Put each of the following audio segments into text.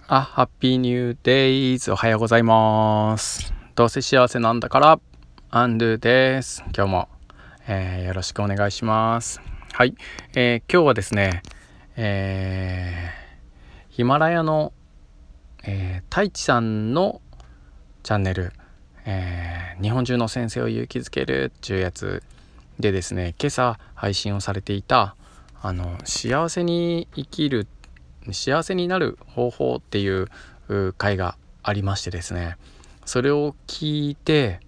ハッピーニューデイズ。おはようございます。どうせ幸せなんだからアンドゥです。今日も、よろしくお願いします。はい、今日はですね、ヒマラヤの、太一さんのチャンネル、日本中の先生を勇気づけるっていうやつでですね、今朝配信をされていた幸せに生きる幸せになる方法っていう回がありましてですね、それを聞いて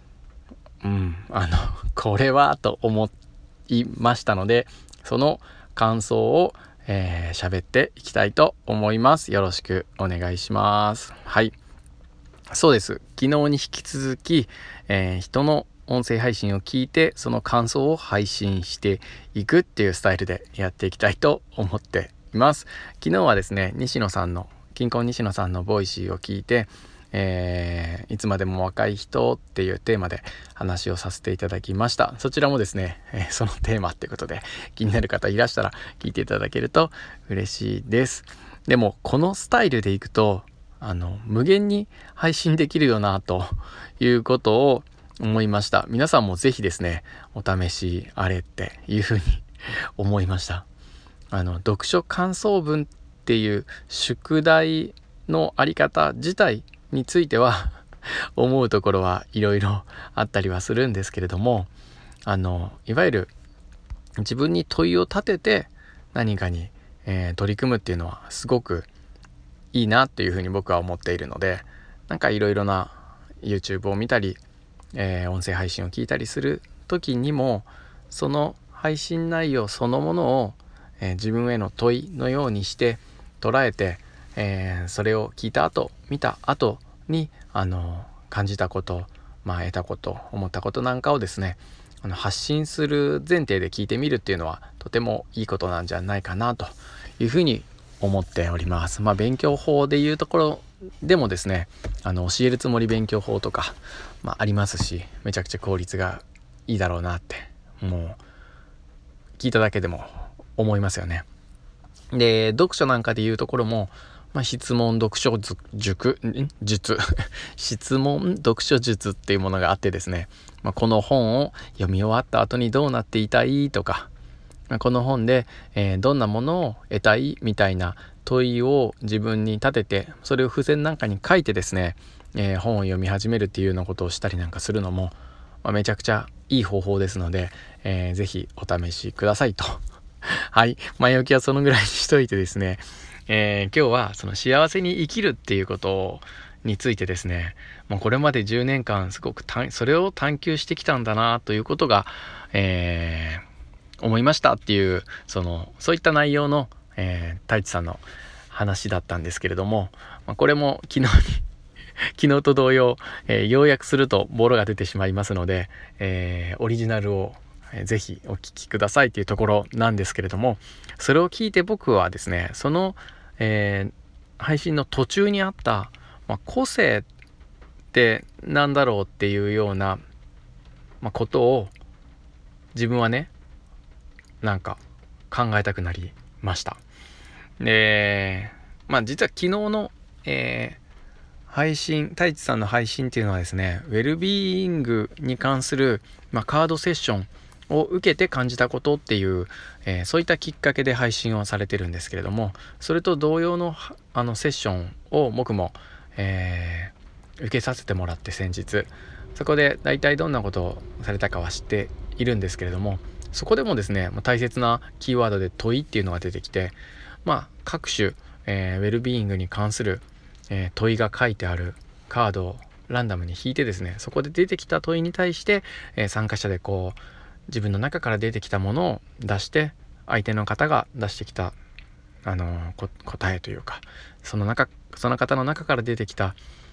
これはと思いましたので、その感想を喋っていきたいと思います。よろしくお願いします。はい、そうです。昨日に引き続き、人の音声配信を聞いてその感想を配信していくっていうスタイルでやっていきたいと思っています。昨日はですね、金婚西野さんのボイシーを聞いて、いつまでも若い人っていうテーマで話をさせていただきました。そちらもですね、そのテーマっていうことで気になる方いらしたら聞いていただけると嬉しいです。でもこのスタイルでいくと無限に配信できるよなということを思いました。皆さんもぜひですね、お試しあれっていうふうに思いました。読書感想文っていう宿題のあり方自体については思うところはいろいろあったりはするんですけれども、いわゆる自分に問いを立てて何かに、取り組むっていうのはすごくいいなっていうふうに僕は思っているので、なんかいろいろな YouTube を見たり、音声配信を聞いたりする時にも、その配信内容そのものを、自分への問いのようにして捉えて、それを聞いた後見た後に感じたこと、得たこと思ったことなんかをですね、発信する前提で聞いてみるっていうのはとてもいいことなんじゃないかなというふうに思っております。勉強法でいうところでもですね、教えるつもり勉強法とか、ありますし、めちゃくちゃ効率がいいだろうなってもう聞いただけでも思いますよね。で、読書なんかでいうところも、質問読書術質問読書術っていうものがあってですね、この本を読み終わった後にどうなっていたいとか、この本で、どんなものを得たいみたいな問いを自分に立てて、それを付箋なんかに書いてですね、本を読み始めるっていうようなことをしたりなんかするのも、めちゃくちゃいい方法ですので、ぜひお試しくださいとはい、前置きはそのぐらいにしといてですね、今日はその幸せに生きるっていうことについてですね、もうこれまで10年間すごくそれを探求してきたんだなということが、思いましたっていう、そういった内容の、太一さんの話だったんですけれども、これも昨日と同様、要約するとボロが出てしまいますので、オリジナルをぜひお聞きくださいというところなんですけれども、それを聞いて僕はですね、その、配信の途中にあった、個性ってなんだろうっていうような、ことを自分はね、なんか考えたくなりました。で、実は昨日の、配信、太一さんの配信っていうのはですね、ウェルビーイングに関する、カードセッションを受けて感じたことっていう、そういったきっかけで配信をされてるんですけれども、それと同様のセッションを僕も、受けさせてもらって先日、そこで大体どんなことをされたかは知っているんですけれども、そこでもですね、大切なキーワードで問いっていうのが出てきて、各種、ウェルビーイングに関する、問いが書いてあるカードをランダムに引いてですね、そこで出てきた問いに対して、参加者で自分の中から出てきたものを出して、相手の方が出してきた答えというか、その方の中から出てきた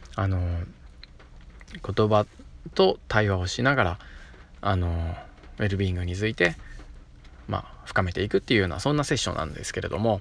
言葉と対話をしながらウェルビーイングについて深めていくっていうような、そんなセッションなんですけれども、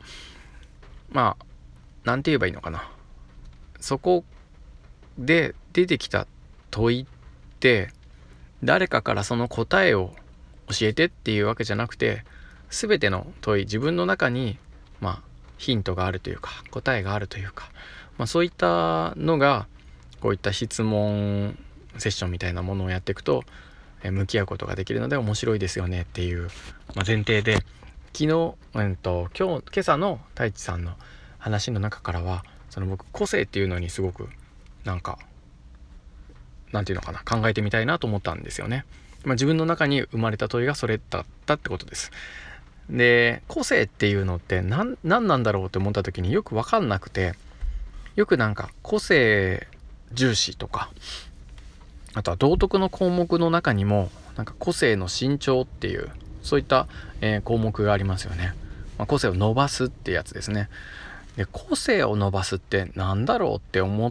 なんて言えばいいのかな、そこで出てきた問いって誰かからその答えを教えてっていうわけじゃなくて、全ての問い、自分の中にヒントがあるというか答えがあるというか、そういったのがこういった質問セッションみたいなものをやっていくと向き合うことができるので面白いですよねっていう前提で、今朝の太一さんの話の中からは僕個性っていうのにすごくなんていうのかな、考えてみたいなと思ったんですよね。自分の中に生まれた問いがそれだったってことです。で、個性っていうのって何なんだろうって思った時によく分かんなくて、よく個性重視とか、あとは道徳の項目の中にも個性の伸長っていうそういった、項目がありますよね。個性を伸ばすってやつですね。で、個性を伸ばすってなんだろうって思って、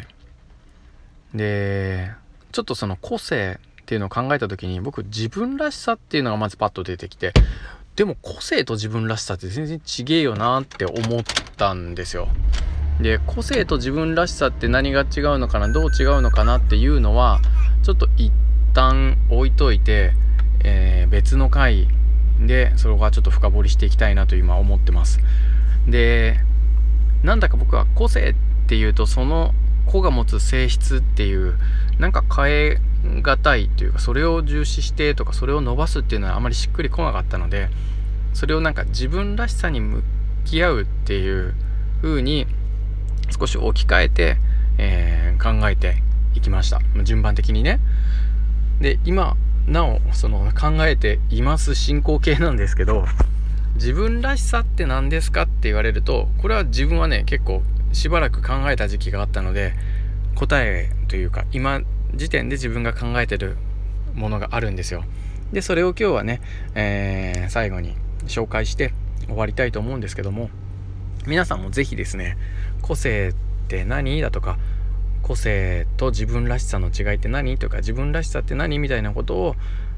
でちょっとその個性っていうのを考えた時に僕自分らしさっていうのがまずパッと出てきて、でも個性と自分らしさって全然違えよなって思ったんですよ。で、個性と自分らしさって何が違うのかな、どう違うのかなっていうのはちょっと一旦置いといて、別の回でそれはちょっと深掘りしていきたいなと今思ってます。で、なんだか僕は個性っていうとその個が持つ性質っていう変え難いというか、それを重視してとかそれを伸ばすっていうのはあまりしっくりこなかったので、それを自分らしさに向き合うっていう風に少し置き換えて、考えていきました。順番的にね。で、今なおその考えています進行形なんですけど、自分らしさって何ですかって言われると、これは自分はね結構しばらく考えた時期があったので、答えというか今時点で自分が考えてるものがあるんですよ。で、それを今日はね、最後に紹介して終わりたいと思うんですけども、皆さんもぜひですね、個性って何だとか、個性と自分らしさの違いって何とか、自分らしさって何みたいなことを、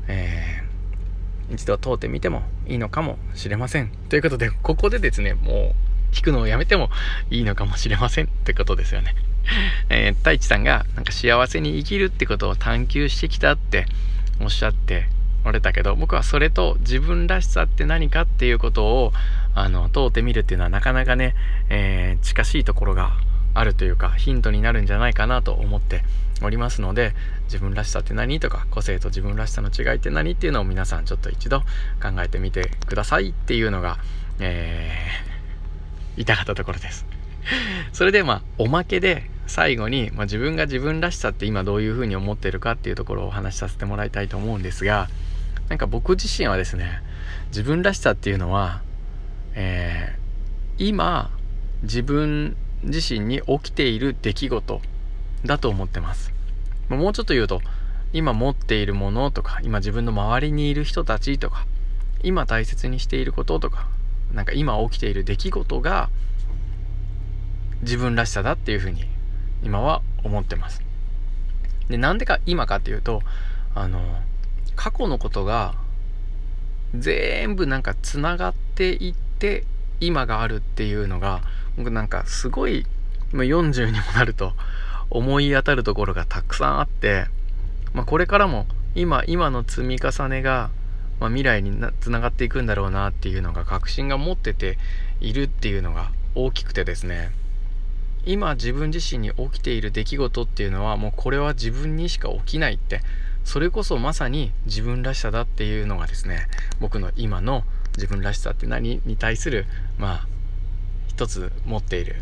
一度問うてみてもいいのかもしれませんということで、ここでですね、もう聞くのをやめてもいいのかもしれませんってことですよね。太一さんが幸せに生きるってことを探求してきたっておっしゃっておれたけど、僕はそれと自分らしさって何かっていうことを問うてみるっていうのはなかなかね、近しいところがあるというかヒントになるんじゃないかなと思っておりますので、自分らしさって何とか個性と自分らしさの違いって何っていうのを皆さんちょっと一度考えてみてくださいっていうのが、言いたかったところです。それでおまけで最後に、自分が自分らしさって今どういうふうに思ってるかっていうところをお話しさせてもらいたいと思うんですが、僕自身はですね、自分らしさっていうのは、今自分自身に起きている出来事だと思ってます。もうちょっと言うと、今持っているものとか、今自分の周りにいる人たちとか、今大切にしていることとか、今起きている出来事が自分らしさだっていうふうに今は思ってます。で、なんでか今かっていうと、過去のことが全部つながっていって今があるっていうのが、僕すごい40にもなると思い当たるところがたくさんあって、これからも今の積み重ねが、未来につながっていくんだろうなっていうのが確信が持ってているっていうのが大きくてですね、今自分自身に起きている出来事っていうのはもうこれは自分にしか起きないって、それこそまさに自分らしさだっていうのがですね、僕の今の自分らしさって何に対する一つ持っている、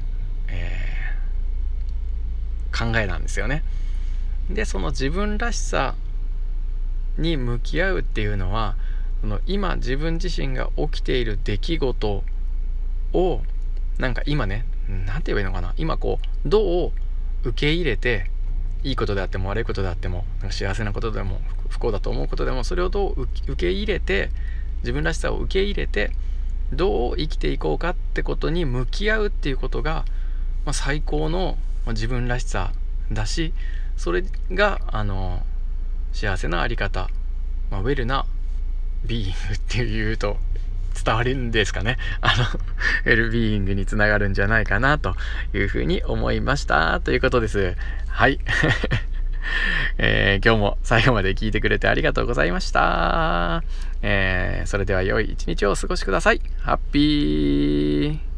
考えなんですよね。で、その自分らしさに向き合うっていうのは、今自分自身が起きている出来事を今ね、なんて言えばいいのかな、今どう受け入れて、いいことであっても悪いことであっても、幸せなことでも不幸だと思うことでも、それをどう受け入れて、自分らしさを受け入れてどう生きていこうかってことに向き合うっていうことが、最高の自分らしさだし、それが幸せなあり方、ウェルなビーイングっていうと伝わるんですかね。ウェルビーイングにつながるんじゃないかなというふうに思いましたということです。はい、今日も最後まで聞いてくれてありがとうございました。 それでは良い一日をお過ごしください。ハッピー